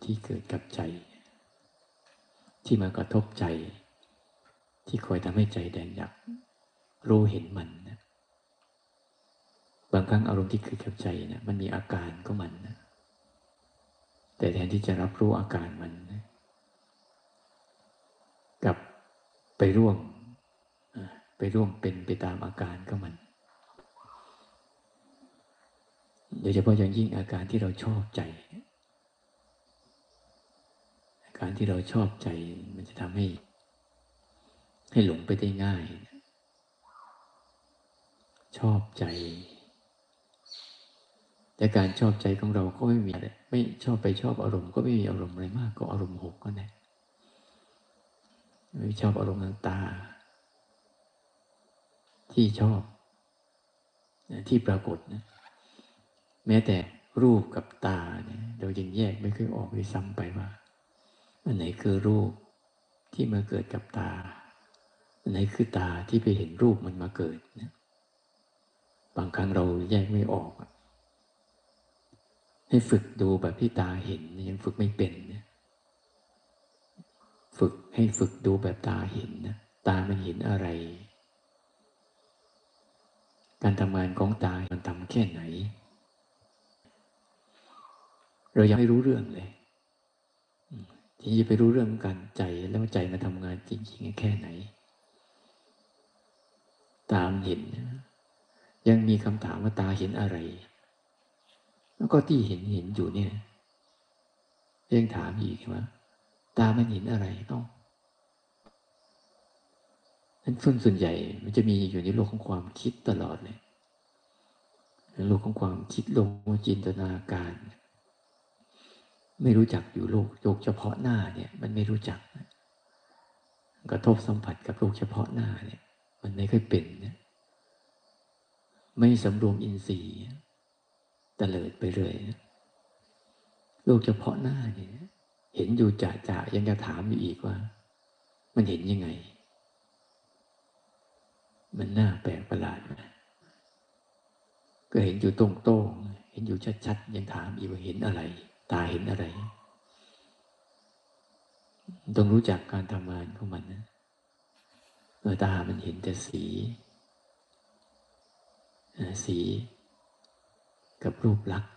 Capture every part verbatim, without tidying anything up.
ที่เกิดกับใจที่มากระทบใจที่คอยทำให้ใจแดงดักรู้เห็นมันนะบางครั้งอารมณ์ที่เกิดกับใจนะมันมีอาการของมันนะแต่แทนที่จะรับรู้อาการมันนะกลับไปร่วมไปร่วมเป็นไปตามอาการของมันโดยเฉพาะอย่างยิ่งอาการที่เราชอบใจอาการที่เราชอบใจมันจะทำให้ให้หลงไปได้ง่ายชอบใจแต่การชอบใจของเราก็ไม่มีอะไรไม่ชอบไปชอบอารมณ์ก็ไม่มีอารมณ์อะไรมากก็อารมณ์หกก็ได้ไม่ชอบอารมณ์ทางตาที่ชอบที่ปรากฏนะแม้แต่รูปกับตาเนี่ยเรายังแยกไม่ค่อยออกเลยซ้ำไปว่าอันไหนคือรูปที่มาเกิดกับตาอันไหนคือตาที่ไปเห็นรูปมันมาเกิดนะบางครั้งเราแยกไม่ออกให้ฝึกดูแบบที่ตาเห็นยังฝึกไม่เป็นนะฝึกให้ฝึกดูแบบตาเห็นนะตามันเห็นอะไรการทำงานของตามันทำแค่ไหนเรายังไม่รู้เรื่องเลยที่จะไปรู้เรื่องการใจแล้วใจมาทำงานจริงๆแค่ไหนตามเห็นยังมีคำถามว่าตาเห็นอะไรแล้วก็ที่เห็นเห็นอยู่เนี่ยยังถามอีกว่าตามันเห็นอะไรเอ้านั้นส่วนส่วนใหญ่มันจะมีอยู่ในโลกของความคิดตลอดเลยโลกของความคิดโลกจินตนาการไม่รู้จักอยู่โลกโลกเฉพาะหน้าเนี่ยมันไม่รู้จักกระทบสัมผัสกับโลกเฉพาะหน้าเนี่ยมันไม่ค่อยเป็นนะไม่สำรวมอินทรีย์ตะเลิดไปเลยนะโลกเฉพาะหน้าเนี่ยเห็นอยู่จ่าจ่ายังจะถามอยู่อีกว่ามันเห็นยังไงมันน่าแปลกประหลาดไหมก็เห็นอยู่ตรงๆเห็นอยู่ชัดๆยังถามอีกว่าเห็นอะไรตาเห็นอะไรต้องรู้จักการทำงานของมันนะเออตามันเห็นแต่สีสีกับรูปลักษณ์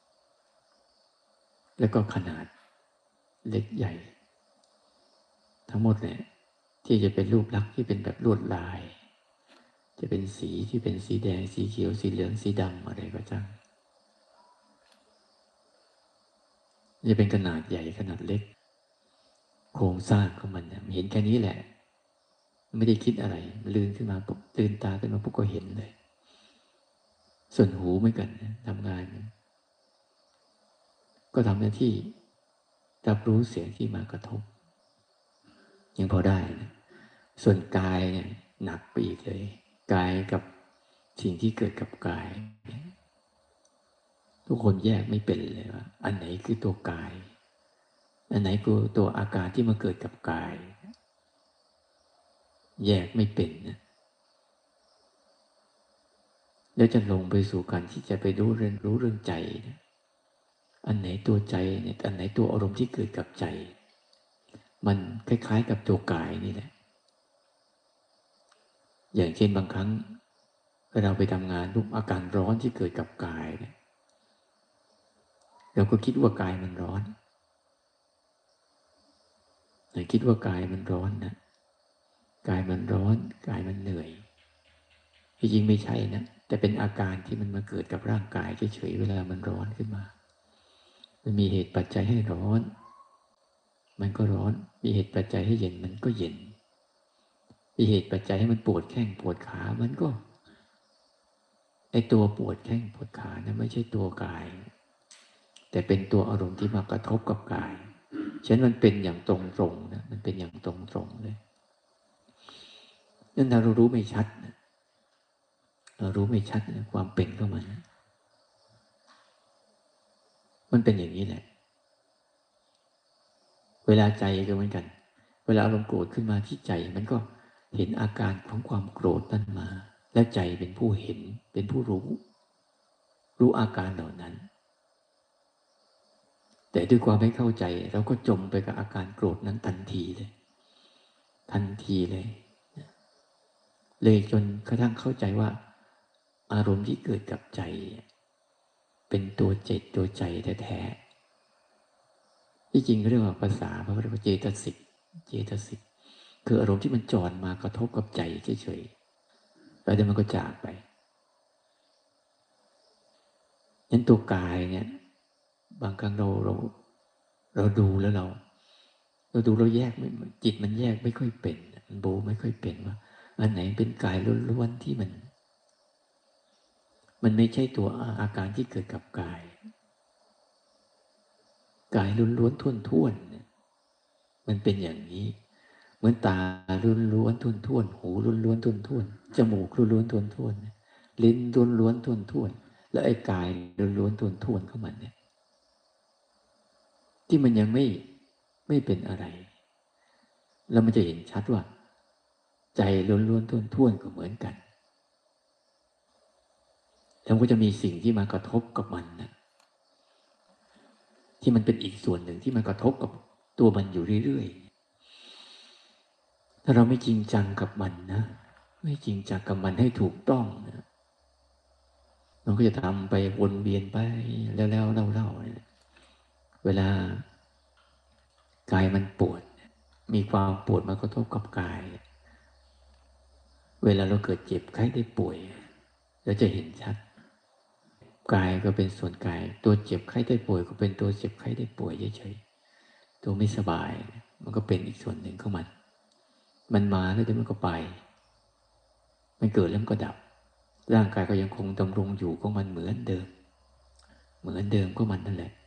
แล้วก็ขนาดเล็กใหญ่ทั้งหมดเนี่ยที่จะเป็นรูปลักษณ์ที่เป็นแบบลวดลายจะเป็นสีที่เป็นสีแดงสีเขียวสีเหลืองสีดำอะไรก็ช่างจะเป็นขนาดใหญ่ขนาดเล็กโครงสร้างของมันเนี่ยเห็นแค่นี้แหละไม่ได้คิดอะไรลืมขึ้นมาปุ๊บตื่นตาขึ้นมาปุ๊บก็เห็นเลยส่วนหูไม่กันทำงานก็ทำหน้าที่รับรู้เสียงที่มากระทบยังพอได้นะส่วนกายเนี่ยหนักไปอีกเลยกายกับสิ่งที่เกิดกับกายทุกคนแยกไม่เป็นเลยว่าอันไหนคือตัวกายอันไหนคือตัวอาการที่มาเกิดกับกายแยกไม่เป็นนะแล้วจะลงไปสู่การที่จะไปรู้เรื่องรู้เรื่องใจนะอันไหนตัวใจเนี่ยอันไหนตัวอารมณ์ที่เกิดกับใจมันคล้ายๆกับตัวกายนี่แหละอย่างเช่นบางครั้งเราไปทำงานรูปอาการร้อนที่เกิดกับกายเนี่ยเราก็คิดว่ากายมันร้อนคิดว่ากายมันร้อนนะกายมันร้อนกายมันเหนื่อยจริงๆไม่ใช่นะแต่เป็นอาการที่มันมาเกิดกับร่างกายเฉยๆเวลามันร้อนขึ้นมามันมีเหตุปัจจัยให้ร้อนมันก็ร้อนมีเหตุปัจจัยให้เย็นมันก็เย็นมีเหตุปัจจัยให้มันปวดแข้งปวดขามันก็ไอตัวปวดแข้งปวดขานะไม่ใช่ตัวกายแต่เป็นตัวอารมณ์ที่มากระทบกับกายฉะนั้นมันเป็นอย่างตรงๆนะมันเป็นอย่างตรงๆเลยนั่นเรารู้ไม่ชัดนะเรารู้ไม่ชัดนะความเป็นของมันนะมันเป็นอย่างนี้แหละเวลาใจก็เหมือนกันเวลาอารมณ์โกรธขึ้นมาที่ใจมันก็เห็นอาการของความโกรธนั่นมาแล้วใจเป็นผู้เห็นเป็นผู้รู้รู้อาการเหล่านั้นแต่ด้วยความไม่เข้าใจเราก็จมไปกับอาการโกรธนั้นทันทีเลยทันทีเลยเลยจนกระทั่งเข้าใจว่าอารมณ์ที่เกิดกับใจเป็นตัวเจตตัวใจแท้ๆที่จริงเรียกว่าภาษาพระพุทธเจตสิกเจตสิกคืออารมณ์ที่มันจรมากระทบกับใจเฉยๆแล้วเดี๋ยวมันก็จากไปนั้นตัวกายเนี่ยบางครั้งเราเราเราดูแล้วเราเราดูเราแยกไม่จิตมันแยกไม่ค่อยเป็นมันโบไม่ค่อยเป็นว่าอันไหนเป็นกายล้วนๆที่มันมันไม่ใช่ตัวอาการที่เกิดกับกายกายล้วนๆท่วนๆมันเป็นอย่างนี้เหมือนตาล้วนๆท่วนๆหูล้วนๆท่วนๆจมูกล้วนๆท่วนๆลิ้นล้วนๆท่วนๆแล้วไอ้กายล้วนๆท่วนๆของมันเนี่ยที่มันยังไม่ไม่เป็นอะไรแล้วมันจะเห็นชัดว่าใจล้วนๆท่วนๆก็เหมือนกันแล้วก็จะมีสิ่งที่มากระทบกับมันนะที่มันเป็นอีกส่วนหนึ่งที่มันกระทบกับตัวมันอยู่เรื่อยๆถ้าเราไม่จริงจังกับมันนะไม่จริงจังกับมันให้ถูกต้องนะมันก็จะทำไปวนเวียนไปแล้วแล้วเล่าๆเวลากายมันปวดมีความปวดมากระทบกับกายเวลาเราเกิดเจ็บไข้ได้ป่วยเราจะเห็นชัดกายก็เป็นส่วนกายตัวเจ็บไข้ได้ป่วยก็เป็นตัวเจ็บไข้ได้ป่วยเฉยๆตัวไม่สบายมันก็เป็นอีกส่วนหนึ่งของมันมันมาแล้วเดี๋ยวมันก็ไปมันเกิดแล้วมันก็ดับร่างกายก็ยังคงดำรงอยู่ของมันเหมือนเดิมเหมือนเดิมของมันนั่นแหละ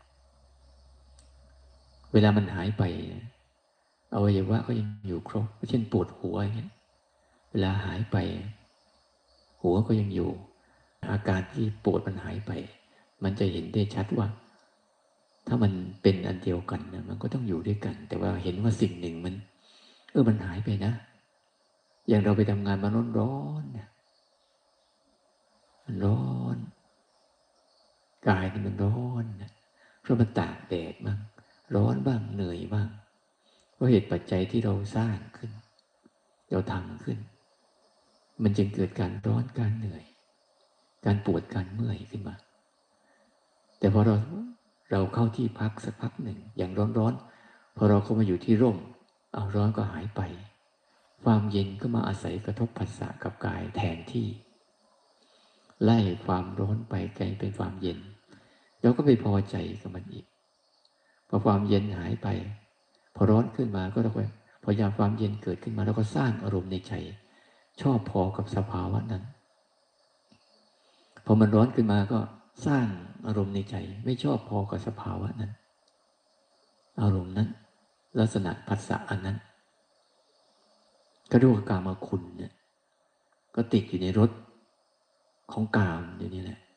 เวลามันหายไปอวัยวะก็ยังอยู่ครบเช่นปวดหัวอย่างเงี้ยเวลาหายไปหัวก็ยังอยู่อาการที่ปวดมันหายไปมันจะเห็นได้ชัดว่าถ้ามันเป็นอันเดียวกันนะมันก็ต้องอยู่ด้วยกันแต่ว่าเห็นว่าสิ่งหนึ่งมันเออมันหายไปนะอย่างเราไปทำงานมาร้อนๆเนี่ยมันร้อนกายนี่มันร้อนนะเพราะมันตากแดดบ้างร้อนบ้างเหนื่อยบ้างเพราะเหตุปัจจัยที่เราสร้างขึ้นเราทำขึ้นมันจึงเกิดการร้อนการเหนื่อยการปวดการเมื่อยขึ้นมาแต่พอเราเราเข้าที่พักสักพักหนึ่งอย่างร้อนๆพอเราเข้ามาอยู่ที่ร่มเอาร้อนก็หายไปความเย็นก็มาอาศัยกระทบผัสสะกับกายแทนที่ไล่ความร้อนไปกลายเป็นความเย็นเราก็ไปพอใจกับมันอีกพอความเย็นหายไปพอร้อนขึ้นมาก็ต้องไปพอยามความเย็นเกิดขึ้นมาแล้วก็สร้างอารมณ์ในใจชอบพอกับสภาวะนั้นพอมันร้อนขึ้นมาก็สร้างอารมณ์ในใจไม่ชอบพอกับสภาวะนั้นอารมณ์นั้นลักษณะผัสสะอันนั้นก็เรียกว่ากามคุณเนี่ยก็ติดอยู่ในรสของกามอยู่นี่แหละ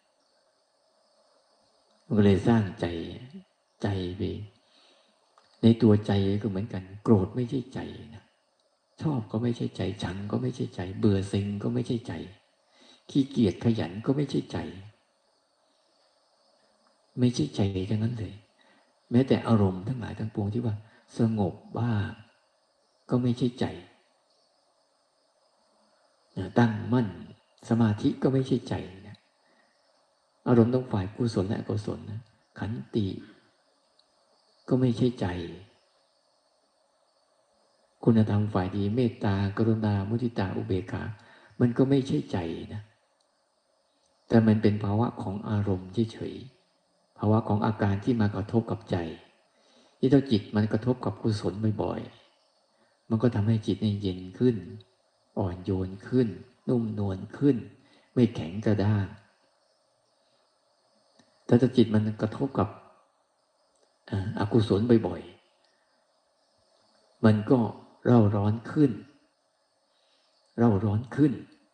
มันก็เลยสร้างใจใจไปในตัวใจก็เหมือนกันโกรธไม่ใช่ใจนะชอบก็ไม่ใช่ใจชังก็ไม่ใช่ใจเบื่อเซ็งก็ไม่ใช่ใจขี้เกียจขยันก็ไม่ใช่ใจไม่ใช่ใจทั้งนั้นเลยแม้แต่อารมณ์ทั้งหลายทั้งปวงที่ว่าสงบบ้างก็ไม่ใช่ใจตั้งมั่นสมาธิก็ไม่ใช่ใจนะอารมณ์ต้องฝ่ายกุศลและอกุศลนะขันติก็ไม่ใช่ใจคุณธรรมฝ่ายดีเมตตากรุณามุทิตาอุเบกขามันก็ไม่ใช่ใจนะแต่มันเป็นภาวะของอารมณ์เฉยๆภาวะของอาการที่มากระทบกับใจที่ถ้าจิตมันกระทบกับกุศลบ่อยๆมันก็ทำให้จิตนี่เย็นขึ้นอ่อนโยนขึ้นนุ่มนวลขึ้นไม่แข็งกระด้างแต่ถ้าจิตมันกระทบกับอกุศลบ่อยๆมันก็เร่าร้อนขึ้นเร่าร้อนขึ้น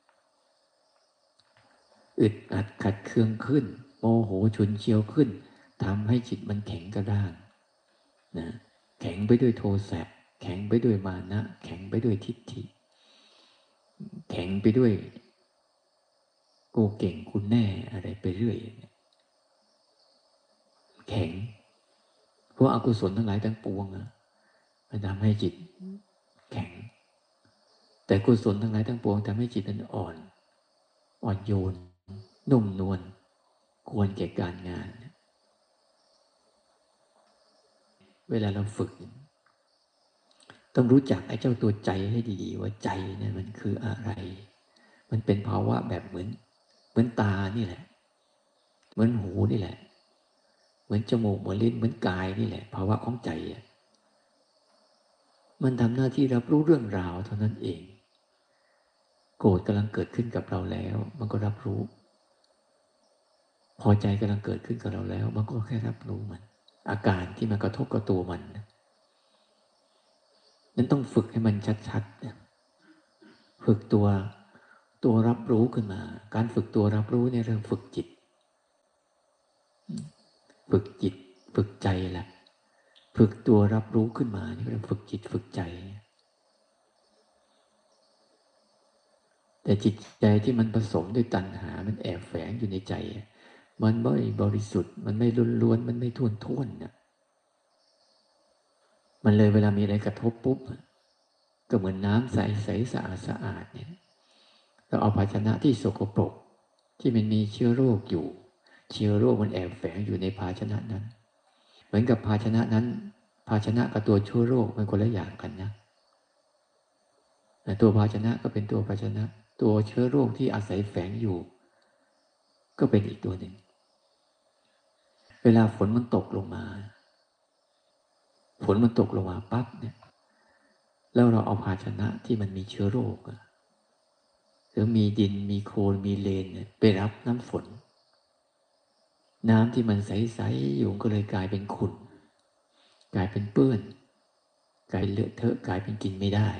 อึดอัดขัดเคืองขึ้นโมโหฉุนเฉียวขึ้นทำให้จิตมันแข็งกระด้างนะแข็งไปด้วยโทสะแข็งไปด้วยมานะแข็งไปด้วยทิฏฐิแข็งไปด้วยโกเก่งคุณแน่อะไรไปเรื่อยแข็งเพราะอกุศลทั้งหลายทั้งปวงอะมันทำให้จิตแข็งแต่กุศลทั้งหลายทั้งปวงทำให้จิตนั้นอ่อนอ่อนโยนนุ่มนวลควรแก่การงานเวลาเราฝึกต้องรู้จักไอ้เจ้าตัวใจให้ดีๆว่าใจเนี่ยมันคืออะไรมันเป็นภาวะแบบเหมือนเหมือนตานี่แหละเหมือนหูนี่แหละเหมือนจมูกเหมือนลิ้นเหมือนกายนี่แหละภาวะของใจมันทำหน้าที่รับรู้เรื่องราวเท่านั้นเองโกรธกำลังเกิดขึ้นกับเราแล้วมันก็รับรู้พอใจกำลังเกิดขึ้นกับเราแล้วมันก็แค่รับรู้มันอาการที่มันกระทบกับตัวมันนั้นต้องฝึกให้มันชัดๆฝึกตัวตัวรับรู้ขึ้นมาการฝึกตัวรับรู้เนี่ยเรื่องฝึกจิตฝึกจิตฝึกใจแหละฝึกตัวรับรู้ขึ้นมานี่เรื่องฝึกจิตฝึกใจแต่จิตใจที่มันผสมด้วยตัณหามันแอบแฝงอยู่ในใจมันไม่บริสุทธิ์มันไม่ล้วนๆมันไม่ท่วนท่วนเนี่ยมันเลยเวลามีอะไรกระทบปุ๊บก็เหมือนน้ำใสใสสะอาดสะอาดเนี่ยเราเอาภาชนะที่สกปรกที่มันมีเชื้อโรคอยู่เชื้อโรคมันแอบแฝงอยู่ในภาชนะนั้นเหมือนกับภาชนะนั้นภาชนะกับตัวเชื้อโรคมันคนละอย่างกันนะตัวภาชนะก็เป็นตัวภาชนะตัวเชื้อโรคที่อาศัยแฝงอยู่ก็เป็นอีกตัวหนึ่งเวลาฝนมันตกลงมาฝนมันตกลงมาปั๊บเนี่ยแล้วเราเอาภาชนะที่มันมีเชื้อโรคหรือมีดินมีโคลนมีเลนไปรับน้ำฝนน้ำที่มันใสๆอยู่ก็เลยกลายเป็นขุ่นกลายเป็นเปื้อนกลายเลอะเทอะกลายเป็นกินไม่ได้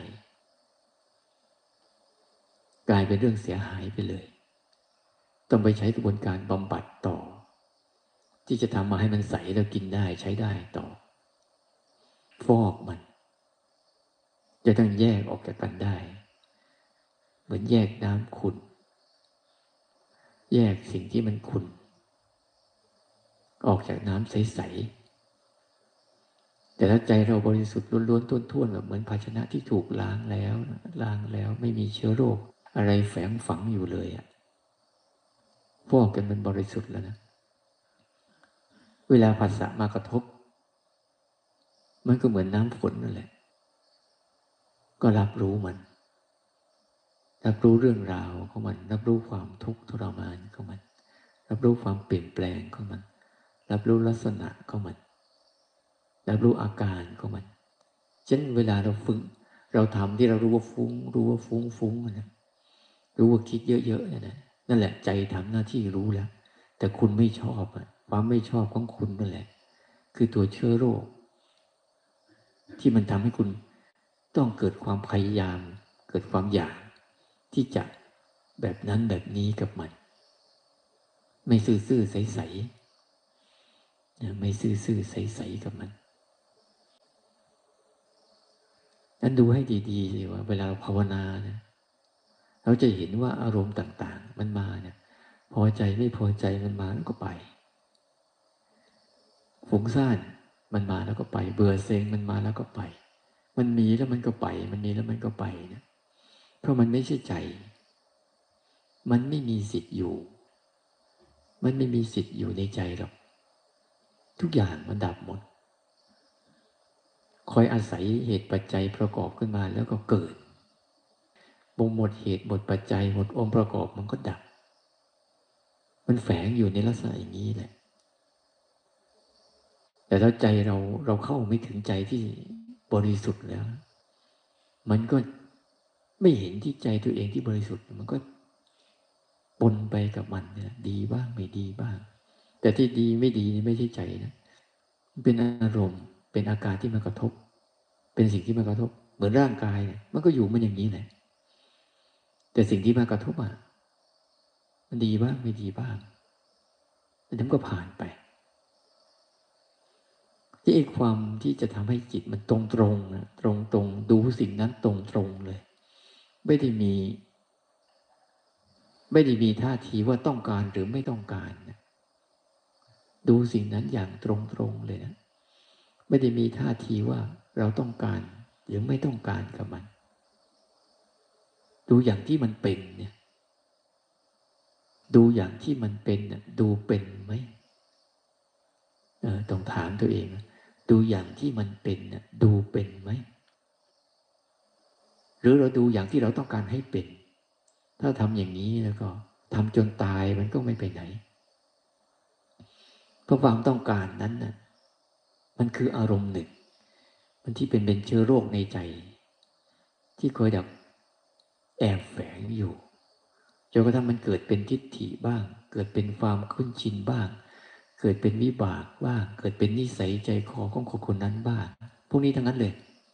กลายเป็นเรื่องเสียหายไปเลยต้องไปใช้กระบวนการบำบัดต่อที่จะทำมาให้มันใสแล้วกินได้ใช้ได้ต่อฟอกมันจะต้องแยกออกจากกันได้เหมือนแยกน้ำขุ่นแยกสิ่งที่มันขุ่นออกจากน้ำใสๆแต่ถ้าใจเราบริสุทธิ์ล้วนๆท้วนๆแบบเหมือนภาชนะที่ถูกล้างแล้วล้างแล้วไม่มีเชื้อโรคอะไรแฝงฝังอยู่เลยอะฟอกกันมันบริสุทธิ์แล้วนะเวลาภาษามากระทบมันก็เหมือนน้ำฝนนั่นแหละก็รับรู้มันรับรู้เรื่องราวของมันรับรู้ความทุกข์ทรมานของมันรับรู้ความเปลี่ยนแปลงของมันรับรู้ลักษณะของมันรับรู้อาการของมันเช่นเวลาเราฝึกเราทำที่เรารู้ว่าฟุ้งรู้ว่าฟุ้งฟุ้งนะรู้ว่าคิดเยอะๆเนี่ยนะนั่นแหละใจทำหน้าที่รู้แล้วแต่คุณไม่ชอบอะความไม่ชอบของคุณนั่นแหละคือตัวเชื้อโรคที่มันทำให้คุณต้องเกิดความพยายามเกิดความอยากที่จะแบบนั้นแบบนี้กับมันไม่ซื่อๆใสๆไม่ซื่อๆใสๆกับมันนั้นดูให้ดีๆเลยว่าเวลาเราภาวนาเนี่ยเราจะเห็นว่าอารมณ์ต่างๆมันมาเนี่ยพอใจไม่พอใจมันมาแล้วก็ไปฟุ้งซ่านมันมาแล้วก็ไปเบื่อเซ็งมันมาแล้วก็ไปมันมีแล้วมันก็ไปมันมีแล้วมันก็ไปเนี่ยเพราะมันไม่ใช่ใจมันไม่มีสิทธิ์อยู่มันไม่มีสิทธิ์อยู่ในใจหรอกทุกอย่างมันดับหมดคอยอาศัยเหตุปัจจัยประกอบขึ้นมาแล้วก็เกิดบ่งหมดเหตุหมดปัจจัยหมดองค์ประกอบมันก็ดับมันแฝงอยู่ในลักษณะอย่างนี้แหละแต่ถ้าใจเราเราเข้าไม่ถึงใจที่บริสุทธิ์แล้วมันก็ไม่เห็นที่ใจตัวเองที่บริสุทธิ์มันก็ปนไปกับมันเนี่ยดีบ้างไม่ดีบ้างแต่ที่ดีไม่ดีนี่ไม่ใช่ใจนะเป็นอารมณ์เป็นอาการที่มากระทบเป็นสิ่งที่มากระทบเหมือนร่างกายเนี่ยมันก็อยู่มันอย่างนี้แหละแต่สิ่งที่มากระทบอ่ะมันดีบ้างไม่ดีบ้างแล้วมันก็ผ่านไปที่ไอ้ความที่จะทำให้จิตมันตรงตรงนะตรงตรงดูสิ่งนั้นตรงตรงเลยไม่ได้มีไม่ได้มีท่าทีว่าต้องการหรือไม่ต้องการนะดูสิ่งนั้นอย่างตรงตรงเลยนะไม่ได้มีท่าทีว่าเราต้องการหรือไม่ต้องการกับมันดูอย่างที่มันเป็นเนี่ยดูอย่างที่มันเป็นเนี่ยดูเป็นไหมเออต้องถามตัวเองดูอย่างที่มันเป็นเนี่ยดูเป็นไหมหรือเราดูอย่างที่เราต้องการให้เป็นถ้าทำอย่างนี้แล้วก็ทำจนตายมันก็ไม่ไปไหนเพราะความต้องการนั้นน่ะมันคืออารมณ์หนึ่งมันที่เป็นเป็นเชื้อโรคในใจที่คอยดับแอบแฝงอยู่จนกระทั่งมันเกิดเป็นทิฏฐิบ้างเกิดเป็นความคุ้นชินบ้างเกิดเป็นวิบากบ้างเกิดเป็นนิสัยใจคอของคนคนนั้นบ้างพวกนี้ทั้งนั้นเลย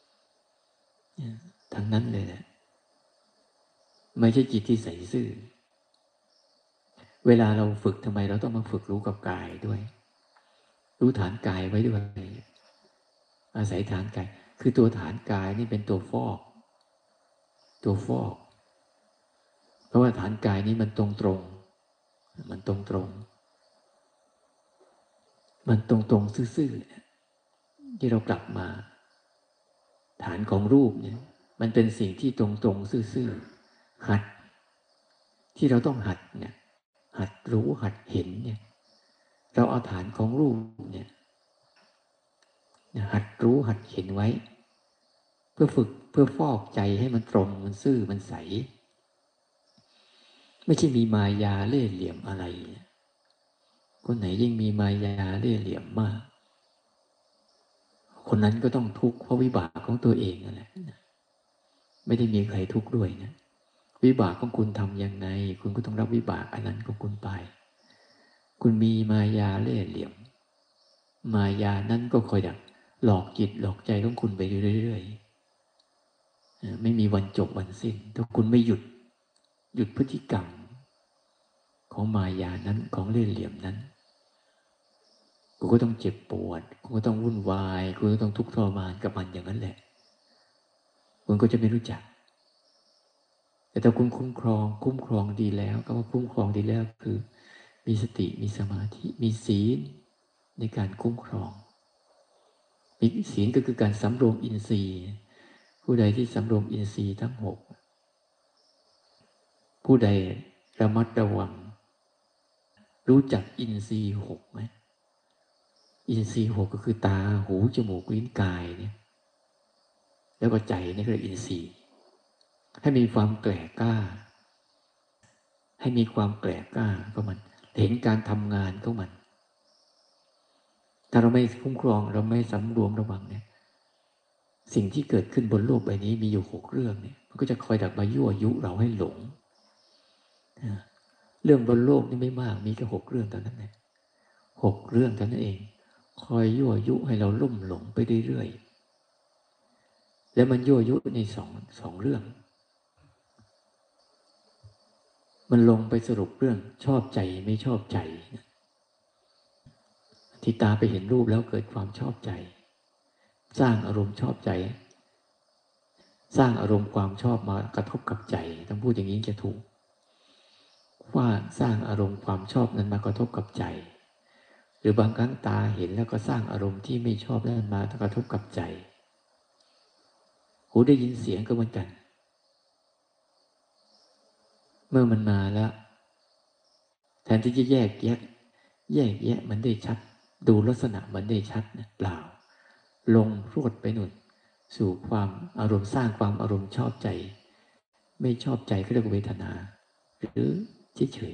ทั้งนั้นเลยแหละไม่ใช่จิตที่ใสซื่อเวลาเราฝึกทำไมเราต้องมาฝึกรู้กับกายด้วยรู้ฐานกายไว้ด้วยอาศัยฐานกายคือตัวฐานกายนี่เป็นตัวฟอกตัวฟอกเพราะว่าฐานกายนี้มันตรงตรงมันตรงตรงมันตรงตรงซื่อๆที่เรากลับมาฐานของรูปเนี่ยมันเป็นสิ่งที่ตรงตรงซื่อๆหัดที่เราต้องหัดเนี่ยหัดรู้หัดเห็นเนี่ยเราเอาฐานของรูปเนี่ยหัดรู้หัดเห็นไว้เพื่อฝึกเพื่อฟอกใจให้มันตรงมันซื่อมันใสไม่ใช่มีมายาเล่ห์เหลี่ยมอะไรคนไหนยิ่งมีมายาเล่ห์เหลี่ยมมากคนนั้นก็ต้องทุกข์เพราะวิบากของตัวเองนั่นแหละไม่ได้มีใครทุกข์ด้วยนะวิบากของคุณทำยังไงคุณก็ต้องรับวิบากอันนั้นของคุณไปคุณมีมายาเล่ห์เหลี่ยมมายานั้นก็คอยดักหลอกจิตหลอกใจของคุณไปเรื่อยๆไม่มีวันจบวันสิ้นถ้าคุณไม่หยุดหยุดพฤติกรรมของมายานั้นของเล่ห์เหลี่ยมนั้นคุณก็ต้องเจ็บปวดคุณก็ต้องวุ่นวายคุณก็ต้องทุกข์ทรมานกับมันอย่างนั้นแหละคุณก็จะไม่รู้จักแต่ถ้าคุณคุ้มครองคุ้มครองดีแล้วก็ว่าคุ้มครองดีแล้วคือมีสติมีสมาธิมีศีลในการคุ้มครองมีศีลก็คือการสำรวมอินทรีย์ผู้ใดที่สำรวมอินทรีย์ทั้งหกผู้ใดระมัดระวังรู้จักอินทรีย์หกไหมอินทรีย์หกก็คือตาหูจมูกลิ้นกายเนี่ยแล้วก็ใจนี่คืออินทรีย์ให้มีความแกร่กล้าให้มีความแกร่กล้าของมันเห็นการทำงานของมันถ้าเราไม่คุ้มครองเราไม่สำรวมระวังเนี่ยสิ่งที่เกิดขึ้นบนโลกใบนี้มีอยู่หกเรื่องเนี่ยมันก็จะคอยดักมายั่วยุเราให้หลงเรื่องบนโลกนี่ไม่มากมีแค่หกเรื่องเท่านั้นเองหกเรื่องเท่านั้นเองคอยยั่วยุให้เราลุ่มหลงไปเรื่อยๆแล้วมันยั่วยุในสองสองเรื่องมันลงไปสรุปเรื่องชอบใจไม่ชอบใจที่ตาไปเห็นรูปแล้วเกิดความชอบใจสร้างอารมณ์ชอบใจสร้างอารมณ์ความชอบมากระทบกับใจต้องพูดอย่างนี้จะถูกว่าสร้างอารมณ์ความชอบนั้นมากระทบกับใจหรือบางครั้งตาเห็นแล้วก็สร้างอารมณ์ที่ไม่ชอบนั้นมากระทบกับใจหูได้ยินเสียงก็เหมือนกันเมื่อมันมาแล้วแทนที่จะแยกแยะแยกแยะมันได้ชัดดูลักษณะมันได้ชัดนะเปล่าลงรวดไปหนุนสู่ความอารมณ์สร้างความอารมณ์ชอบใจไม่ชอบใจก็เรียกเวทนาหรือเฉย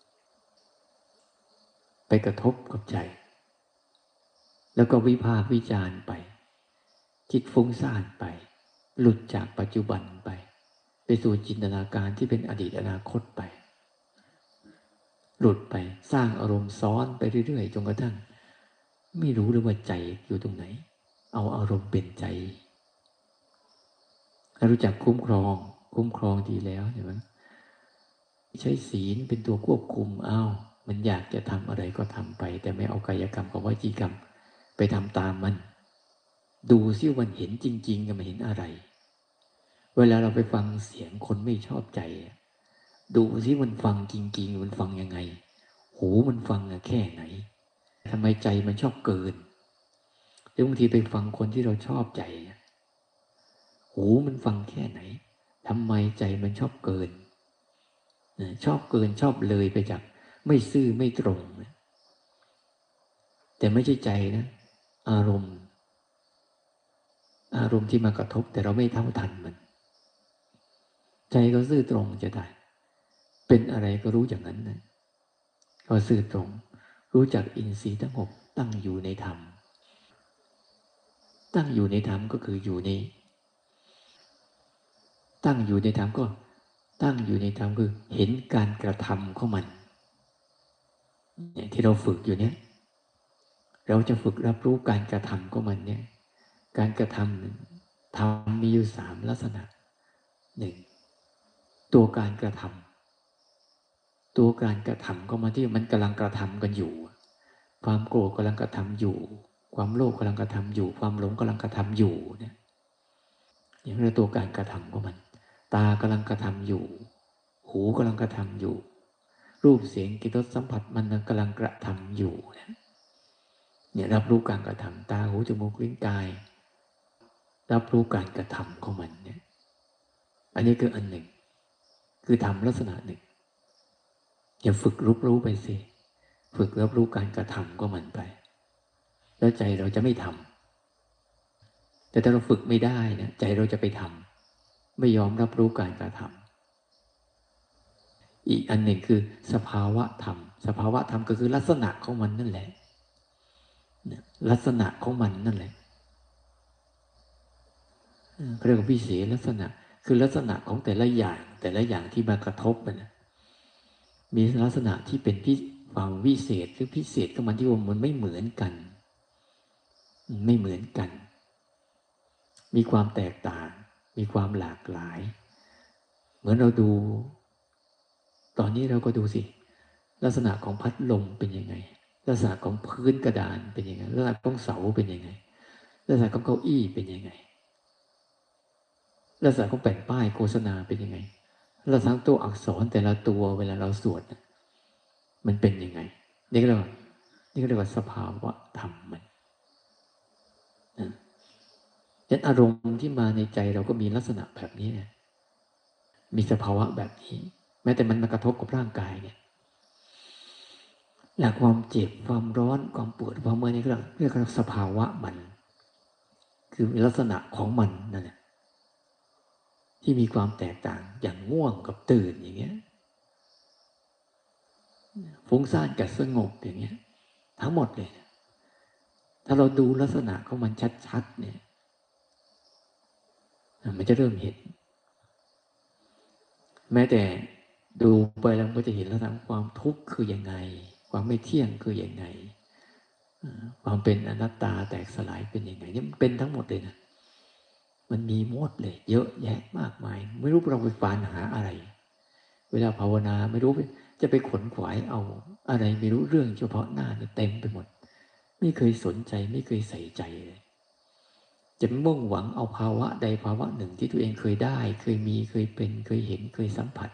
ๆไปกระทบกับใจแล้วก็วิพากษ์วิจารณ์ไปจิตฟุ้งซ่านไปหลุดจากปัจจุบันไปไปสู่จินตนาการที่เป็นอดีตอนาคตไปหลุดไปสร้างอารมณ์ซ้อนไปเรื่อยๆจนกระทั่งไม่รู้เลยว่าใจอยู่ตรงไหนเอาอารมณ์เป็นใจรู้จักคุ้มครองคุ้มครองดีแล้วใช่ไหมใช้ศีลเป็นตัวควบคุมอ้าวมันอยากจะทำอะไรก็ทำไปแต่ไม่เอากายกรรมกับวจีกรรมไปทำตามมันดูซิมันเห็นจริงๆกับมันเห็นอะไรเวลาเราไปฟังเสียงคนไม่ชอบใจดูซิมันฟังจริงๆมันฟังยังไงหูมันฟังแค่ไหนทำไมใจมันชอบเกินหรือบางทีไปฟังคนที่เราชอบใจหูมันฟังแค่ไหนทำไมใจมันชอบเกินชอบเกินชอบเลยไปจากไม่ซื่อไม่ตรงแต่ไม่ใช่ใจนะอารมณ์อารมณ์ที่มากระทบแต่เราไม่เท่าทันมันใจก็ซื่อตรงจะได้เป็นอะไรก็รู้อย่างนั้นนะก็ซื่อตรงรู้จักอินทรีย์ทั้งหกตั้งอยู่ในธรรมตั้งอยู่ในธรรมก็คืออยู่ในตั้งอยู่ในธรรมก็ตั้งอยู่ในธรรมคือเห็นการกระทำของมันเนี่ยที่เราฝึกอยู่เนี่ยเราจะฝึกรับรู้การกระทำของมันเนี่ยการกระทำทำมีอยู่สามลักษณะหนึ่งตัวการกระทำตัวการกระทำของมันที่มันกำลังกระทำกันอยู่ความโกรธกำลังกระทำอยู่ความโลภกำลังกระทำอยู่ความหลงกำลังกระทำอยู่เนี่ยอย่างนี้ตัวการกระทำของมันตากำลังกระทำอยู่หูกำลังกระทำอยู่รูปเสียงกลิ่นรสสัมผัสมันกำลังกระทำอยู่เนี่ยรับรู้การกระทำตาหูจมูกลิ้นกายรับรู้การกระทำของมันเนี่ยอันนี้คืออันหนึ่งคือทำลักษณะหนึ่งอย่าฝึกรู้รู้ไปสิฝึกรับรู้การกระทำของมันไปแล้วใจเราจะไม่ทำแต่ถ้าเราฝึกไม่ได้นะใจเราจะไปทำไม่ยอมรับรู้การกระทำอีกอันหนึ่งคือสภาวะธรรมสภาวะธรรมก็คือลักษณะของมันนั่นแหละลักษณะของมันนั่นแหละเรียกว่าวิเศษลักษณะคือลักษณะของแต่ละอย่างแต่ละอย่างที่มากระทบมันมีลักษณะที่เป็นพิความวิเศษหรือพิเศษของมันที่ว่ามันไม่เหมือนกันไม่เหมือนกันมีความแตกต่างมีความหลากหลายเหมือนเราดูตอนนี้เราก็ดูสิลักษณะของพัดลมเป็นยังไงลักษณะของพื้นกระดานเป็นยังไงลักษณะของเสาเป็นยังไงลักษณะของเก้าอี้เป็นยังไงลักษณะของแผ่นป้ายโฆษณาเป็นยังไงลักษณะตัวอักษรแต่ละตัวเวลาเราสวดมันเป็นยังไงนี่ก็เรียกว่านี่ก็เรียกว่าสภาวะธรรมมันนะยันอารมณ์ที่มาในใจเราก็มีลักษณะแบบนี้เนี่ยมีสภาวะแบบนี้แม้แต่มันมากระทบกับร่างกายเนี่ยและความเจ็บความร้อนความปวดความเมื่อยนี่ก็เรียกว่าสภาวะมันคือลักษณะของมันนั่นแหละที่มีความแตกต่างอย่างง่วงกับตื่นอย่างเงี้ยฟุ้งซ่านกับสงบอย่างเงี้ยทั้งหมดเลยถ้าเราดูลักษณะของมันชัดๆเนี่ยมันจะเริ่มเห็นแม้แต่ดูไปแล้วก็จะเห็นลักษณะความทุกข์คือยังไงความไม่เที่ยงคือยังไงความเป็นอนัตตาแตกสลายเป็นยังไงนี่มันเป็นทั้งหมดเลยนะมันมีหมดเลยเยอะแยะมากมายไม่รู้เราไปฟานหาอะไรเวลาภาวนาไม่รู้จะไปขนขวายเอาอะไรไม่รู้เรื่องเฉพาะหน้าเนี่ยเต็มไปหมดไม่เคยสนใจไม่เคยใส่ใจเลยจะมุ่งหวังเอาภาวะใดภาวะหนึ่งที่ตัวเองเคยได้เคยมีเคยเป็นเคยเห็นเคยสัมผัส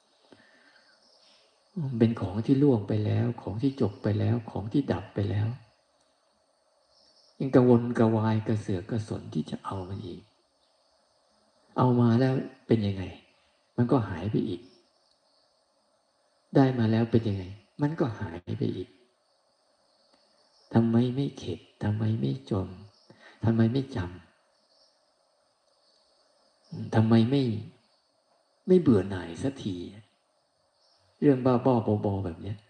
เป็นของที่ล่วงไปแล้วของที่จบไปแล้วของที่ดับไปแล้วยังกังวลกระวายกระเสือกกระสนที่จะเอามันอีกเอามาแล้วเป็นยังไงมันก็หายไปอีกได้มาแล้วเป็นยังไงมันก็หายไปอีกทำไมไม่เข็ดทำไมไม่จนทำไมไม่จำทำไมไม่ไม่เบื่อหน่ายสักทีเรื่องบ้าบ้าบอๆแบบนี้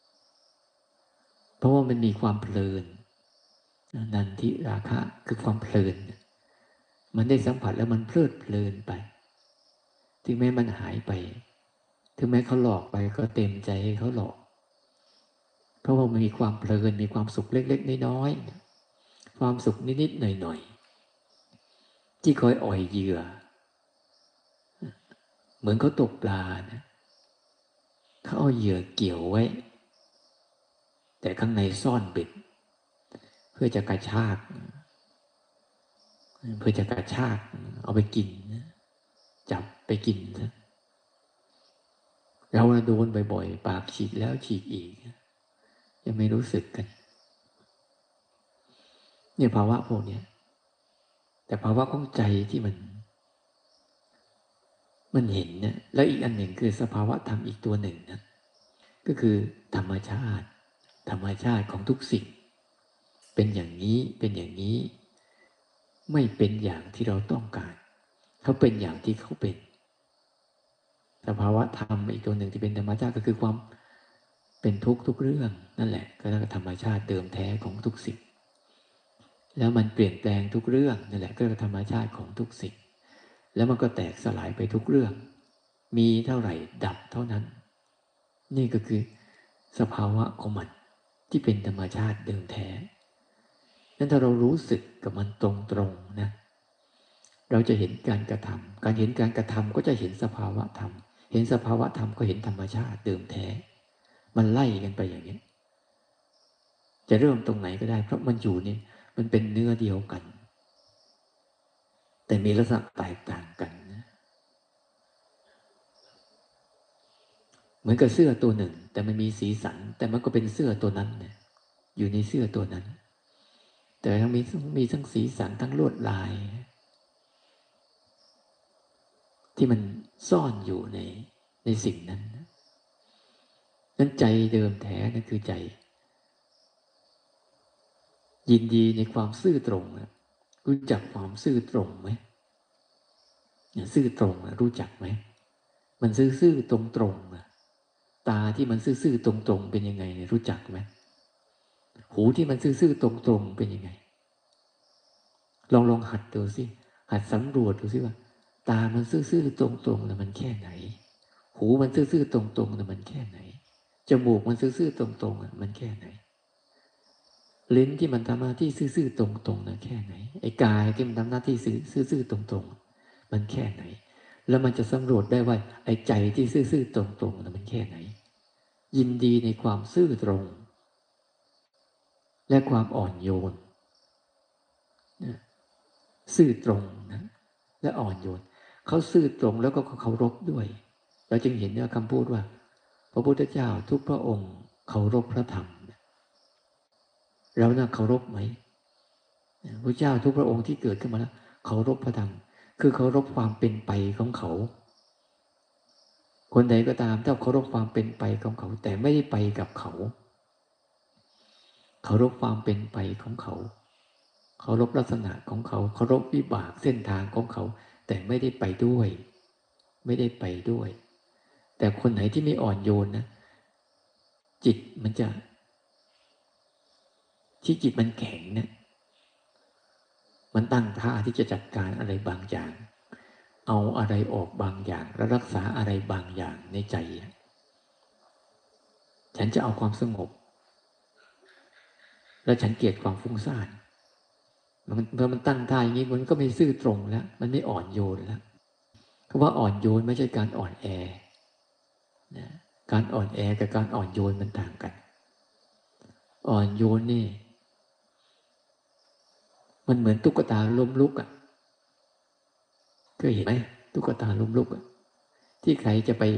เพราะว่ามันมีความเพลินนันทิราคะคือความเพลินมันได้สัมผัสแล้วมันเพลิดเพลินไปถึงแม้มันหายไปถึงแม้เขาหลอกไปก็เต็มใจให้เขาหลอกเพราะว่ามันมีความเพลินมีความสุขเล็กๆน้อยๆความสุขนิดๆหน่อยๆที่คอยอ่อยเหยื่อเหมือนเขาตกปลานะเขาเอาเหยื่อเกี่ยวไว้แต่ข้างในซ่อนเบ็ดเพื่อจะกระชากเพื่อจะกระชากเอาไปกินจับไปกินนะเราโดนบ่อยๆปากฉีกแล้วฉีกอีกยังไม่รู้สึกกันเนี่ยภาวะพวกนี้แต่ภาวะของใจที่มันมันเห็นเนี่ยแล้วอีกอันหนึ่งคือสภาวะธรรมอีกตัวหนึ่งนะก็คือธรรมชาติธรรมชาติของทุกสิ่งเป็นอย่างนี้เป็นอย่างนี้ไม่เป็นอย่างที่เราต้องการเขาเป็นอย่างที่เขาเป็นสภาวะธรรมอีกตัวหนึ่งที่เป็นธรรมชาติก็คือความเป็นทุกข์ทุกเรื่องนั่นแหละก็เรียกว่าธรรมชาติเดิมแท้ของทุกสิ่งแล้วมันเปลี่ยนแปลงทุกเรื่องนั่นแหละก็เรียกว่าธรรมชาติของทุกสิ่งแล้วมันก็แตกสลายไปทุกเรื่องมีเท่าไหร่ดับเท่านั้นนี่ก็คือสภาวะของมันที่เป็นธรรมชาติเดิมแท้นั้นถ้าเรารู้สึกกับมันตรงๆนะเราจะเห็นการกระทำการเห็นการกระทำก็จะเห็นสภาวะธรรมเห็นสภาวะธรรมก็เห็นธรรมชาติเดิมแท้มันไล่กันไปอย่างนี้จะเริ่มตรงไหนก็ได้เพราะมันอยู่นี่มันเป็นเนื้อเดียวกันแต่มีลักษณะแตกต่างกันนะเหมือนกับเสื้อตัวหนึ่งแต่มันมีสีสันแต่มันก็เป็นเสื้อตัวนั้นเนี่ยอยู่ในเสื้อตัวนั้นแต่ทั้งมีมีทั้งสีสันทั้งลวดลายที่มันซ่อนอยู่ในในสิ่งนั้นนั้นใจเดิมแท้นั่นคือใจยินดีในความซื่อตรงรู้จักความซื่อตรงไหมซื่อตรงรู้จักไหมมันซื่อๆตรงๆตาที่มันซื่อๆตรงๆเป็นยังไงรู้จักไหมหูที่มันซื่อๆตรงๆเป็นยังไงลองลองหัดดูสิหัดสำรวจดูสิว่าตามันซื่อๆตรงๆแล้วมันแค่ไหนหูมันซื่อๆตรงๆแล้วมันแค่ไหนจมูกมันซื่อๆตรงๆมันแค่ไหนลิ้นที่มันทำหน้าที่ซื่อๆตรงๆนะแค่ไหนไอ้กายที่มันทำหน้าที่ซื่อๆตรงๆมันแค่ไหนแล้วมันจะสำรวจได้ว่าไอ้ใจที่ซื่อๆตรงๆนะมันแค่ไหนยินดีในความซื่อตรงและความอ่อนโยนนะซื่อตรงนะและอ่อนโยนเขาซื่อตรงแล้วก็เคารพด้วยเราจึงเห็นว่าคำพูดว่าพระพุทธเจ้าทุกพระองค์เคารพพระธรรมเราน่ะเคารพไหมพระเจ้าทุกพระองค์ที่เกิดขึ้นมาแล้วเคารพพระธรรมคือเคารพความเป็นไปของเขาคนใดก็ตามถ้าเคารพความเป็นไปของเขาแต่ไม่ได้ไปกับเขาเคารพความเป็นไปของเขาเคารพลักษณะของเขาเคารพวิบากเส้นทางของเขาแต่ไม่ได้ไปด้วยไม่ได้ไปด้วยแต่คนไหนที่ไม่อ่อนโยนนะจิตมันจะที่จิตมันแข็งเนี่ยมันตั้งท่าที่จะจัดการอะไรบางอย่างเอาอะไรออกบางอย่างและรักษาอะไรบางอย่างในใจฉันจะเอาความสงบแล้วฉันเกลียดความฟุ้งซ่านมันเมื่อมันตั้งท่าอย่างนี้มันก็ไม่ซื่อตรงแล้วมันไม่อ่อนโยนแล้วคำว่าอ่อนโยนไม่ใช่การอ่อนแอนะการอ่อนแอกับการอ่อนโยนมันต่างกันอ่อนโยนนี่มันเหมือนตุ๊กตาล้มลุกอ่ะเคยเห็นไหมตุ๊กตาล้มลุกอ่ะที่ใครจะไป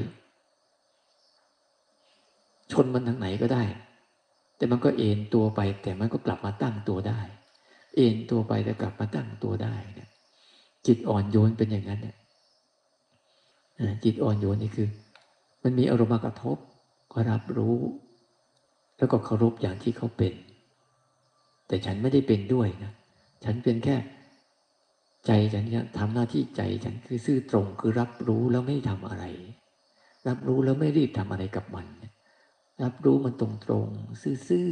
ชนมันทางไหนก็ได้แต่มันก็เอ็นตัวไปแต่มันก็กลับมาตั้งตัวได้เอ็นตัวไปแต่กลับมาตั้งตัวได้เนี่ยจิตอ่อนโยนเป็นอย่างนั้นเนี่ยจิตอ่อนโยนนี่คือมันมีอารมณ์มากระทบก็รับรู้แล้วก็เคารพอย่างที่เขาเป็นแต่ฉันไม่ได้เป็นด้วยนะฉันเป็นแค่ใจฉันทำหน้าที่ใจฉันคือซื่อตรงคือรับรู้แล้วไม่ทำอะไรรับรู้แล้วไม่รีบทำอะไรกับมันรับรู้มันตรงๆซื่อ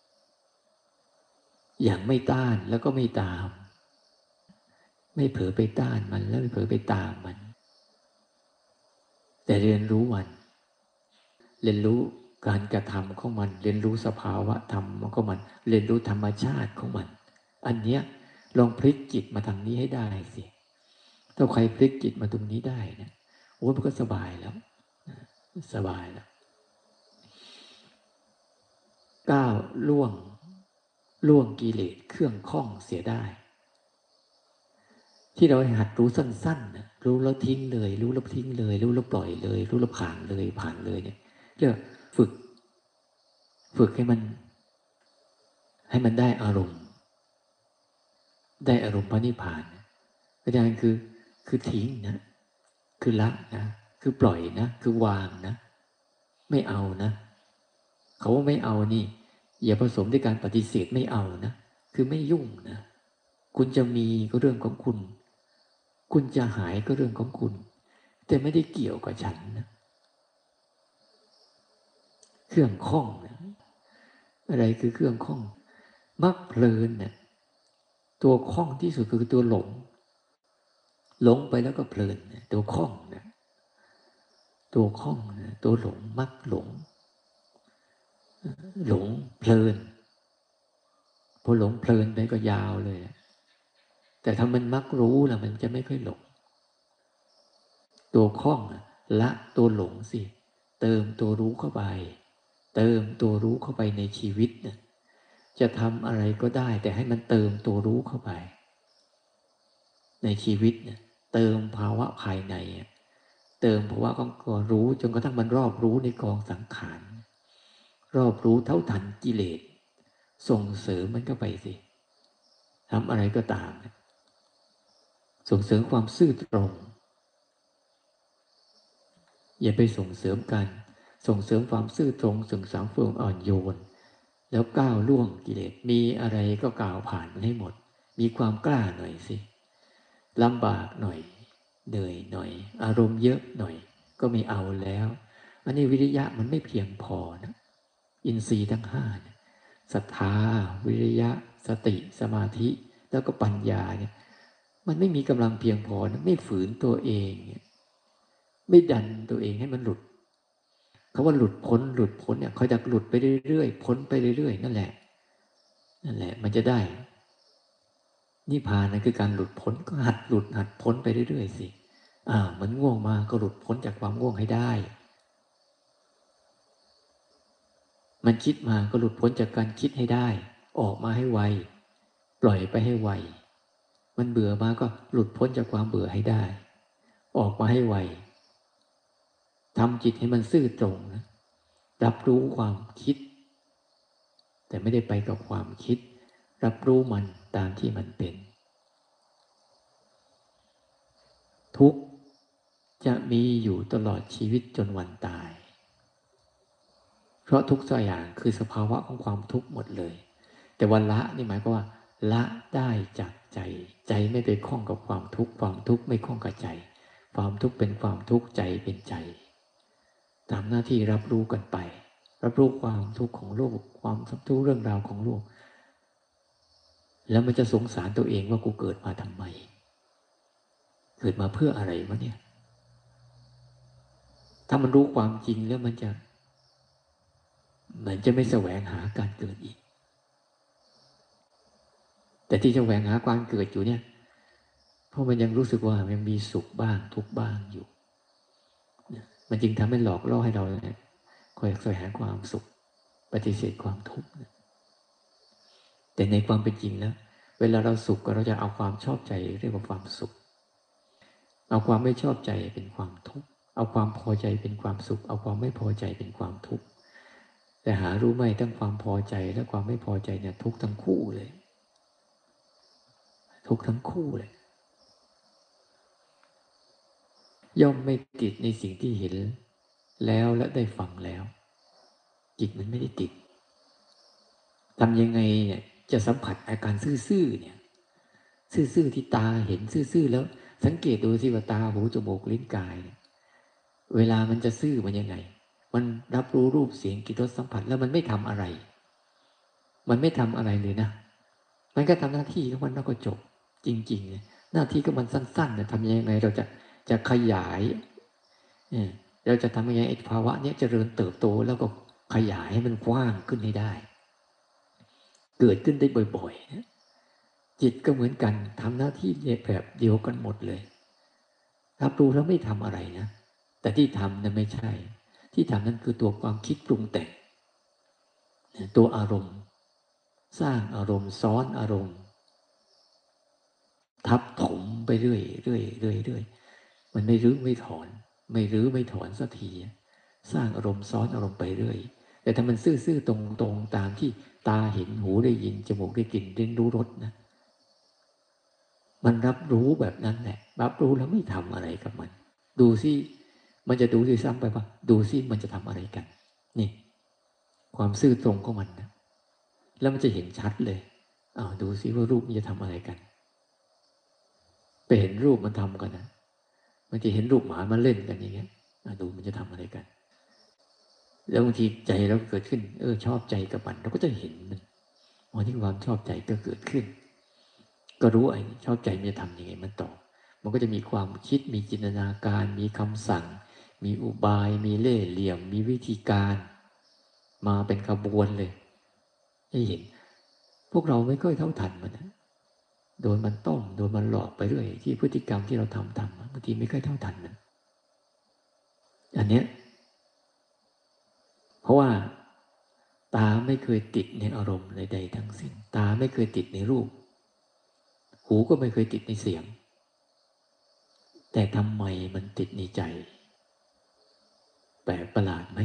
ๆอย่างไม่ต้านแล้วก็ไม่ตามไม่เผลอไปต้านมันแล้วไม่เผลอไปตามมันแต่เรียนรู้มันเรียนรู้การกระทำของมันเรียนรู้สภาวะธรรมของมันเรียนรู้ธรรมชาติของมันอันเนี้ยลองพลิกจิตมาทางนี้ให้ได้สิถ้าใครพลิกจิตมาตรงนี้ได้นะโอ้มันก็สบายแล้วสบายแล้วก้าวล่วงล่วงกิเลสเครื่องข้องเสียได้ที่เราหัดรู้สั้นๆนะรู้แล้วทิ้งเลยรู้แล้วทิ้งเลยรู้แล้วปล่อยเลยรู้แล้วผ่านเลยผ่านเลยเนี่ยเรียกฝึกฝึกให้มันให้มันได้อารมณ์ได้อารมณ์พระนิพพานอาจารย์คือคือทิ้งนะคือละนะคือปล่อยนะคือวางนะไม่เอานะเขาว่าไม่เอานี่อย่าผสมด้วยการปฏิเสธไม่เอานะคือไม่ยุ่งนะคุณจะมีก็เรื่องของคุณคุณจะหายก็เรื่องของคุณแต่ไม่ได้เกี่ยวกับฉันนะเครื่องข้องนะอะไรคือเครื่องข้องมักเพลินเนี่ยตัวข้องที่สุดคือตัวหลงหลงไปแล้วก็เพลินตัวข้องนะตัวข้องนะตัวหลงมักหลงหลงเพลินพอหลงเพลินไปก็ยาวเลยแต่ถ้ามันมักรู้ล่ะมันจะไม่ค่อยหลงตัวข้องละตัวหลงสิเติมตัวรู้เข้าไปเติมตัวรู้เข้าไปในชีวิตนะจะทำอะไรก็ได้แต่ให้มันเติมตัวรู้เข้าไปในชีวิตนะเติมภาวะภายในเติมภาวะของตัวรู้จนกระทั่งมันรอบรู้ในกองสังขารรอบรู้เท่าทันกิเลสส่งเสริมมันเข้าไปสิทำอะไรก็ตามส่งเสริมความซื่อตรงอย่าไปส่งเสริมกันส่งเสริมความซื่อตรงส่งเสริมความอ่อนโยนแล้วก้าวล่วงกิเลสมีอะไรก็ก้าวผ่านมันให้หมดมีความกล้าหน่อยสิลำบากหน่อยเหนื่อยหน่อยอารมณ์เยอะหน่อยก็ไม่เอาแล้วอันนี้วิริยะมันไม่เพียงพอนะอินทรีย์ทั้งห้าเนี่ยศรัทธาวิริยะสติสมาธิแล้วก็ปัญญาเนี่ยมันไม่มีกำลังเพียงพอนะไม่ฝืนตัวเองไม่ดันตัวเองให้มันหลุดเขาว่าหลุดพ้นหลุดพ้นเนี่ยเขาจะหลุดไปเรื่อยๆพ้นไปเรื่อยๆนั่นแหละนั่นแหละมันจะได้นิพพานนั่นคือการหลุดพ้นก็หัดหลุดหัดพ้นไปเรื่อยๆสิอ่ามันง่วงมาก็หลุดพ้นจากความง่วงให้ได้มันคิดมาก็หลุดพ้นจากการคิดให้ได้ออกมาให้ไวปล่อยไปให้ไวมันเบื่อมาก็หลุดพ้นจากความเบื่อให้ได้ออกมาให้ไวทำจิตให้มันซื่อตรงนะรับรู้ความคิดแต่ไม่ได้ไปกับความคิดรับรู้มันตามที่มันเป็นทุกข์จะมีอยู่ตลอดชีวิตจนวันตายเพราะทุกสิ่งอย่างคือสภาวะของความทุกข์หมดเลยแต่วันละนี่หมายความว่าละได้จากใจใจไม่ไปคล้องกับความทุกข์ความทุกข์ไม่คล้องกับใจความทุกข์เป็นความทุกข์ใจเป็นใจตามหน้าที่รับรู้กันไปรับรู้ความทุกข์ของโลกความทุกข์เรื่องราวของโลกแล้วมันจะสงสารตัวเองว่ากูเกิดมาทำไมเกิดมาเพื่ออะไรวะเนี่ยถ้ามันรู้ความจริงแล้วมันจะมันจะไม่แสวงหาการเกิดอีกแต่ที่จะแสวงหาความเกิดอยู่เนี่ยเพราะมันยังรู้สึกว่ามันมีสุขบ้างทุกข์บ้างอยู่มันจึงทำให้หลอกล่อให้เราเนี่ยคอยแสวงหาความสุขปฏิเสธความทุกข์แต่ในความเป็นจริงแล้วเวลาเราสุขก็เราจะเอาความชอบใจเรียกว่าความสุขเอาความไม่ชอบใจเป็นความทุกข์เอาความพอใจเป็นความสุขเอาความไม่พอใจเป็นความทุกข์แต่หารู้ไหมทั้งความพอใจและความไม่พอใจเนี่ยทุกข์ทั้งคู่เลยทุกข์ทั้งคู่เลยย่อมไม่ติดในสิ่งที่เห็นแล้วและได้ฟังแล้วจิตมันไม่ได้ติดทำยังไงเนี่ยจะสัมผัสอาการซื่อๆเนี่ยซื่อๆที่ตาเห็นซื่อๆแล้วสังเกตดูสิว่าตาหูจมูกลิ้นกายเนี่ยเวลามันจะซื่อมันยังไงมันรับรู้รูปเสียงกลิ่นรสสัมผัสแล้วมันไม่ทำอะไรมันไม่ทำอะไรเลยนะมันก็ทำหน้าที่ของมันแล้วก็จบจริงๆเลยหน้าที่ก็มันสั้นๆเนี่ยทำยังไงเราจะจะขยายเราจะทำยังไงไอ้ภาวะนี้เจริญเติบโตแล้วก็ขยายให้มันกว้างขึ้นให้ได้เกิดขึ้นได้บ่อยๆนะจิตก็เหมือนกันทำหน้าที่แบบเดียวกันหมดเลยรับรู้แล้วไม่ทำอะไรนะแต่ที่ทำนั้นไม่ใช่ที่ทำนั้นคือตัวความคิดปรุงแต่งตัวอารมณ์สร้างอารมณ์ซ้อนอารมณ์ทับถมไปเรื่อยเรื่อยเรื่อยเรื่อยมันไม่รื้อไม่ถอนไม่รื้อไม่ถอนสักทีสร้างอารมณ์ซ้อนอารมณ์ไปเรื่อยแต่ถ้ามันซื่อๆตรงๆตามที่ตาเห็นหูได้ยินจมูกได้กลิ่นลิ้นรู้รสนะมันรับรู้แบบนั้นแหละรับรู้แล้วไม่ทำอะไรกับมันดูซิมันจะดูซิซ้ำไปว่าดูซิมันจะทำอะไรกันนี่ความซื่อตรงของมันนะแล้วมันจะเห็นชัดเลยอ้าวดูซิว่ารูปมันจะทำอะไรกันไปเห็นรูปมันทำกันนะมันจะเห็นรูปหมามันเล่นกันอย่างเงี้ยดูมันจะทำอะไรกันแล้วบางทีใจเราเกิดขึ้นเออชอบใจกับมันเราก็จะเห็นมันอ๋อที่ความชอบใจก็เกิดขึ้นก็รู้ไอ้ชอบใจมันจะทำยังไงมันต่อมันก็จะมีความคิดมีจินตนาการมีคำสั่งมีอุบายมีเล่ห์เหลี่ยมมีวิธีการมาเป็นขบวนเลยให้เห็นพวกเราไม่ค่อยเท่าทันมันนะโดนมันต้มโดนมันหลอกไปเรื่อยที่พฤติกรรมที่เราทำทำบางทีไม่ค่อยเท่าทันมันอันเนี้ยเพราะว่าตาไม่เคยติดในอารมณ์ใดๆทั้งสิ้นตาไม่เคยติดในรูปหูก็ไม่เคยติดในเสียงแต่ทำไมมันติดในใจแปลกประหลาดไหม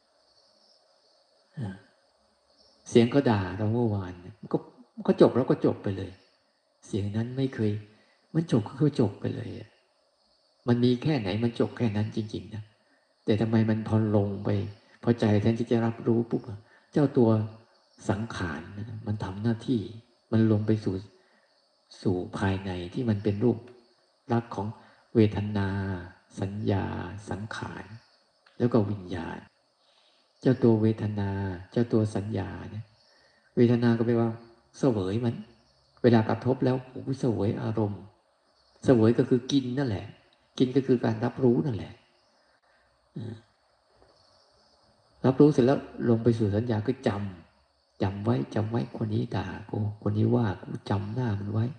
เสียงก็ด่าเราเมื่อวานมันก็มันก็จบแล้วก็จบไปเลยเสียงนั้นไม่เคยมันจบก็คือจบไปเลยมันมีแค่ไหนมันจบแค่นั้นจริงๆนะแต่ทำไมมันพอลงไปพอใจแทนที่จะรับรู้ปุ๊บเจ้าตัวสังขารมันทำหน้าที่มันลงไปสู่สู่ภายในที่มันเป็นรูปลักษณ์ของเวทนาสัญญาสังขารแล้วก็วิญญาณเจ้าตัวเวทนาเจ้าตัวสัญญาเนี่ยเวทนาก็แปลว่าเสวยมันเวลากระทบแล้วโอ้เสวยอารมณ์เสวยก็คือกินนั่นแหละกินก็คือการรับรู้นั่นแหละรับรู้เสร็จแล้วลงไปสู่สัญญาก็จำจำไว้จำไว้คนนี้ด่ากูคนนี้ว่ากูจำหน้ามันไว้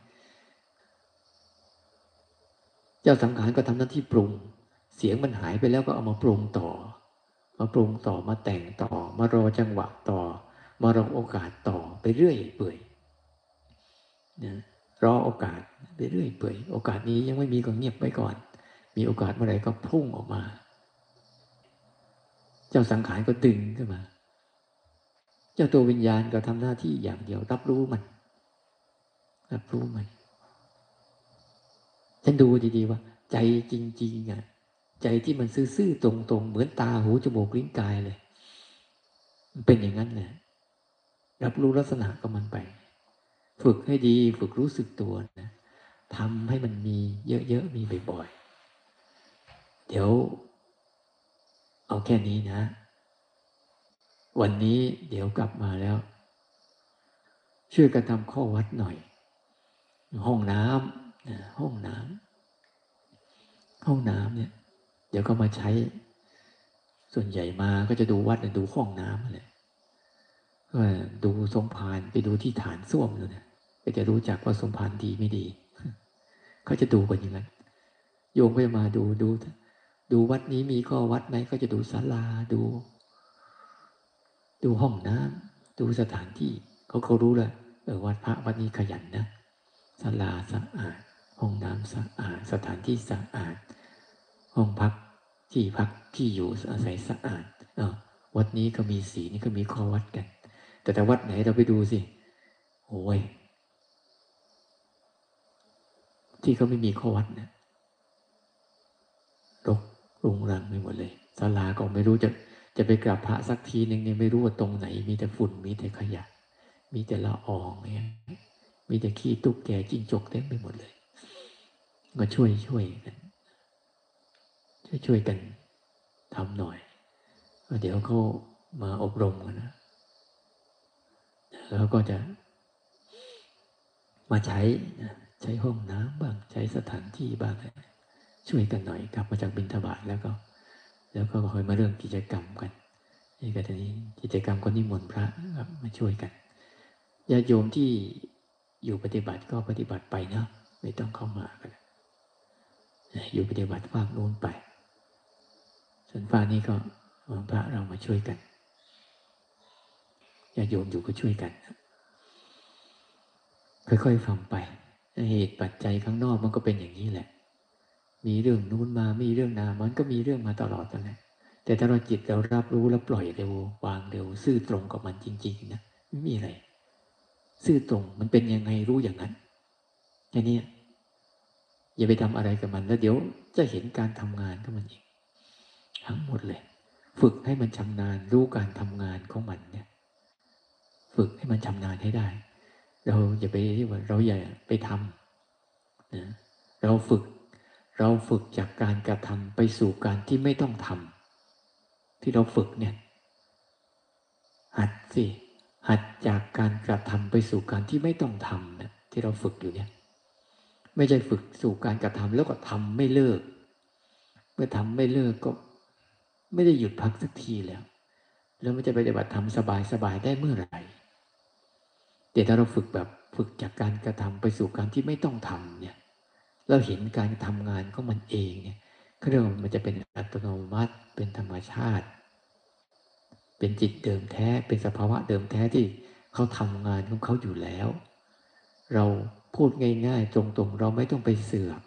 เจ้าสังขารก็ทำหน้าที่ปรุงเสียงมันหายไปแล้วก็เอามาปรุงต่อมาปรุงต่อมาแต่งต่อมารอจังหวะต่อมารอโอกาสต่อไปเรื่อยเปื่อยนะรอโอกาสไปเรื่อยเปื่อยโอกาสนี้ยังไม่มีก็เงียบไว้ก่อนมีโอกาสเมื่อไหร่ก็พุ่งออกมาเจ้าสังขารก็ดึงขึ้นมาเจ้าตัววิญญาณก็ทำหน้าที่อย่างเดียวรับรู้มันรับรู้มันฉันดูดีๆว่าใจจริงๆอ่ะใจที่มันซื่อๆตรงๆเหมือนตาหูจมูกลิ้นกายเลยมันเป็นอย่างนั้นแหละรับรู้ลักษณะกับมันไปฝึกให้ดีฝึกรู้สึกตัวนะทำให้มันมีเยอะๆมีบ่อยๆเดี๋ยวเอาแค่นี้นะวันนี้เดี๋ยวกลับมาแล้วช่วยกันทำข้อวัดหน่อยห้องน้ำนะห้องน้ำห้องน้ำเนี่ยเดี๋ยวก็มาใช้ส่วนใหญ่มาก็จะดูวัดดูห้องน้ำเลยก็ดูสมภารไปดูที่ฐานส้วมเลยนะก็จะรู้จักว่าสมภารดีไม่ดีเขาจะดูกันอย่างนั้นโยมก็มาดูดูดูวัดนี้มีข้อวัดไหมก็จะดูศาลาดูดูห้องน้ำดูสถานที่เขาเขารู้เลยเออวัดพระวัดนี้ขยันนะศาลาสะอาดห้องน้ำสะอาดสถานที่สะอาดห้องพักที่พักที่อยู่อาศัยสะอาดเออวัดนี้ก็มีศีลนี่ก็มีข้อวัดกันแต่แต่วัดไหนเราไปดูสิโอ้ยที่เขาไม่มีข้อวัดนะรกรุงรังไปหมดเลยศาลาก็ไม่รู้จะจะไปกราบพระสักทีนึงเนี่ยไม่รู้ว่าตรงไหนมีแต่ฝุ่นมีแต่ขยะมีแต่ละอองเนี่ยมีแต่ขี้ตุ๊กแกจิ้งจกเต็มไปหมดเลยก็ช่วยช่วยกันช่วยช่วยกันทำหน่อยเดี๋ยวเขามาอบรมกันนะแล้วก็จะมาใช้ใช้ห้องน้ำบ้างใช้สถานที่บ้างช่วยกันหน่อยกลับมาจากบิณฑบาตแล้วก็แล้วก็ค่อยมาเริ่มกิจกรรมกันนี่ก็ทีนี้กิจกรรมก็นิมนต์พระครับมาช่วยกันญาติโยมที่อยู่ปฏิบัติก็ปฏิบัติไปนะไม่ต้องเข้ามากันอยู่ปฏิบัติภาคนู้นไปส่วนภาคนี้ก็พระเรามาช่วยกันญาติโยมอยู่ก็ช่วยกันค่อยๆฟังไปเหตุปัจจัยข้างนอกมันก็เป็นอย่างนี้แหละมีเรื่องนู้นมามีเรื่องนามันก็มีเรื่องมาตลอดนั่นแหละแต่ถ้าเราจิตเรารับรู้แล้วปล่อยเร็ววางเร็วซื่อตรงกับมันจริงๆนะไม่มีอะไรซื่อตรงมันเป็นยังไงรู้อย่างนั้นแค่นี้อย่าไปทำอะไรกับมันแล้วเดี๋ยวจะเห็นการทำงานของมันเองทั้งหมดเลยฝึกให้มันชำนาญรู้การทำงานของมันเนี่ยฝึกให้มันชำนาญให้ได้เราอย่าไปที่ว่าเราอย่าไปทำนะเราฝึกเราฝึกจากการกระทำไปสู่การที่ไม่ต้องทำที่เราฝึกเนี่ยหัดสิหัดจากการกระทำไปสู่การที่ไม่ต้องทำนะที่เราฝึกอยู่เนี่ยไม่ใช่ฝึกสู่การกระทำแล้วก็ทำไม่เลิกเมื่อทำไม่เลิกก็ไม่ได้หยุดพักสักทีแล้วแล้วมันจะปฏิบัติธรรมสบายๆได้เมื่อไหร่แต่ถ้าเราฝึกแบบฝึกจากการกระทำไปสู่การที่ไม่ต้องทำเนี่ยเราเห็นการทำงานของมันเองเนี่ยเขาเรียกว่ามันจะเป็นอัตโนมัติเป็นธรรมชาติเป็นจิตเดิมแท้เป็นสภาวะเดิมแท้ที่เขาทำงานของเขาอยู่แล้วเราพูดง่ายๆตรงๆเราไม่ต้องไปเสือก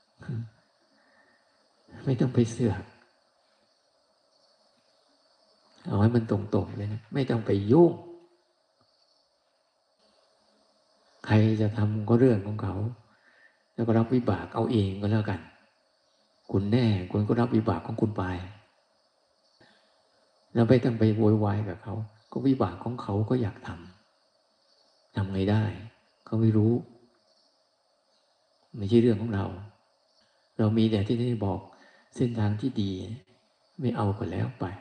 ไม่ต้องไปเสือกเอาให้มันตรงๆเลยนะไม่ต้องไปยุ่งใครจะทำก็เรื่องของเขาแล้วก็รับวิบากเอาเองก็แล้วกันคุณแน่คุณก็รับวิบากของคุณไปเราไม่ต้องไปโวยวายกับเขาก็วิบากของเขาก็อยากทำทำไงได้เขาไม่รู้ไม่ใช่เรื่องของเราเรามีแต่ที่ได้บอกเส้นทางที่ดีไม่เอาก็แล้วไป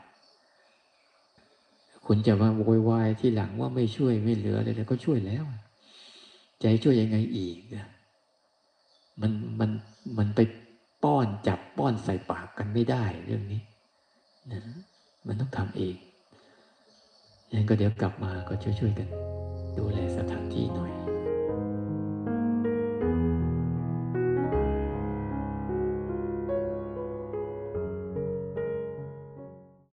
คุณจะมาโวยวายที่หลังว่าไม่ช่วยไม่เหลืออะไรก็ช่วยแล้วใจช่วยยังไงอีกมันมันมันไปป้อนจับป้อนใส่ปากกันไม่ได้เรื่องนี้นะมันต้องทำเองงั้นก็เดี๋ยวกลับมาก็ช่วยๆกันดูแลสถานที่หน่อย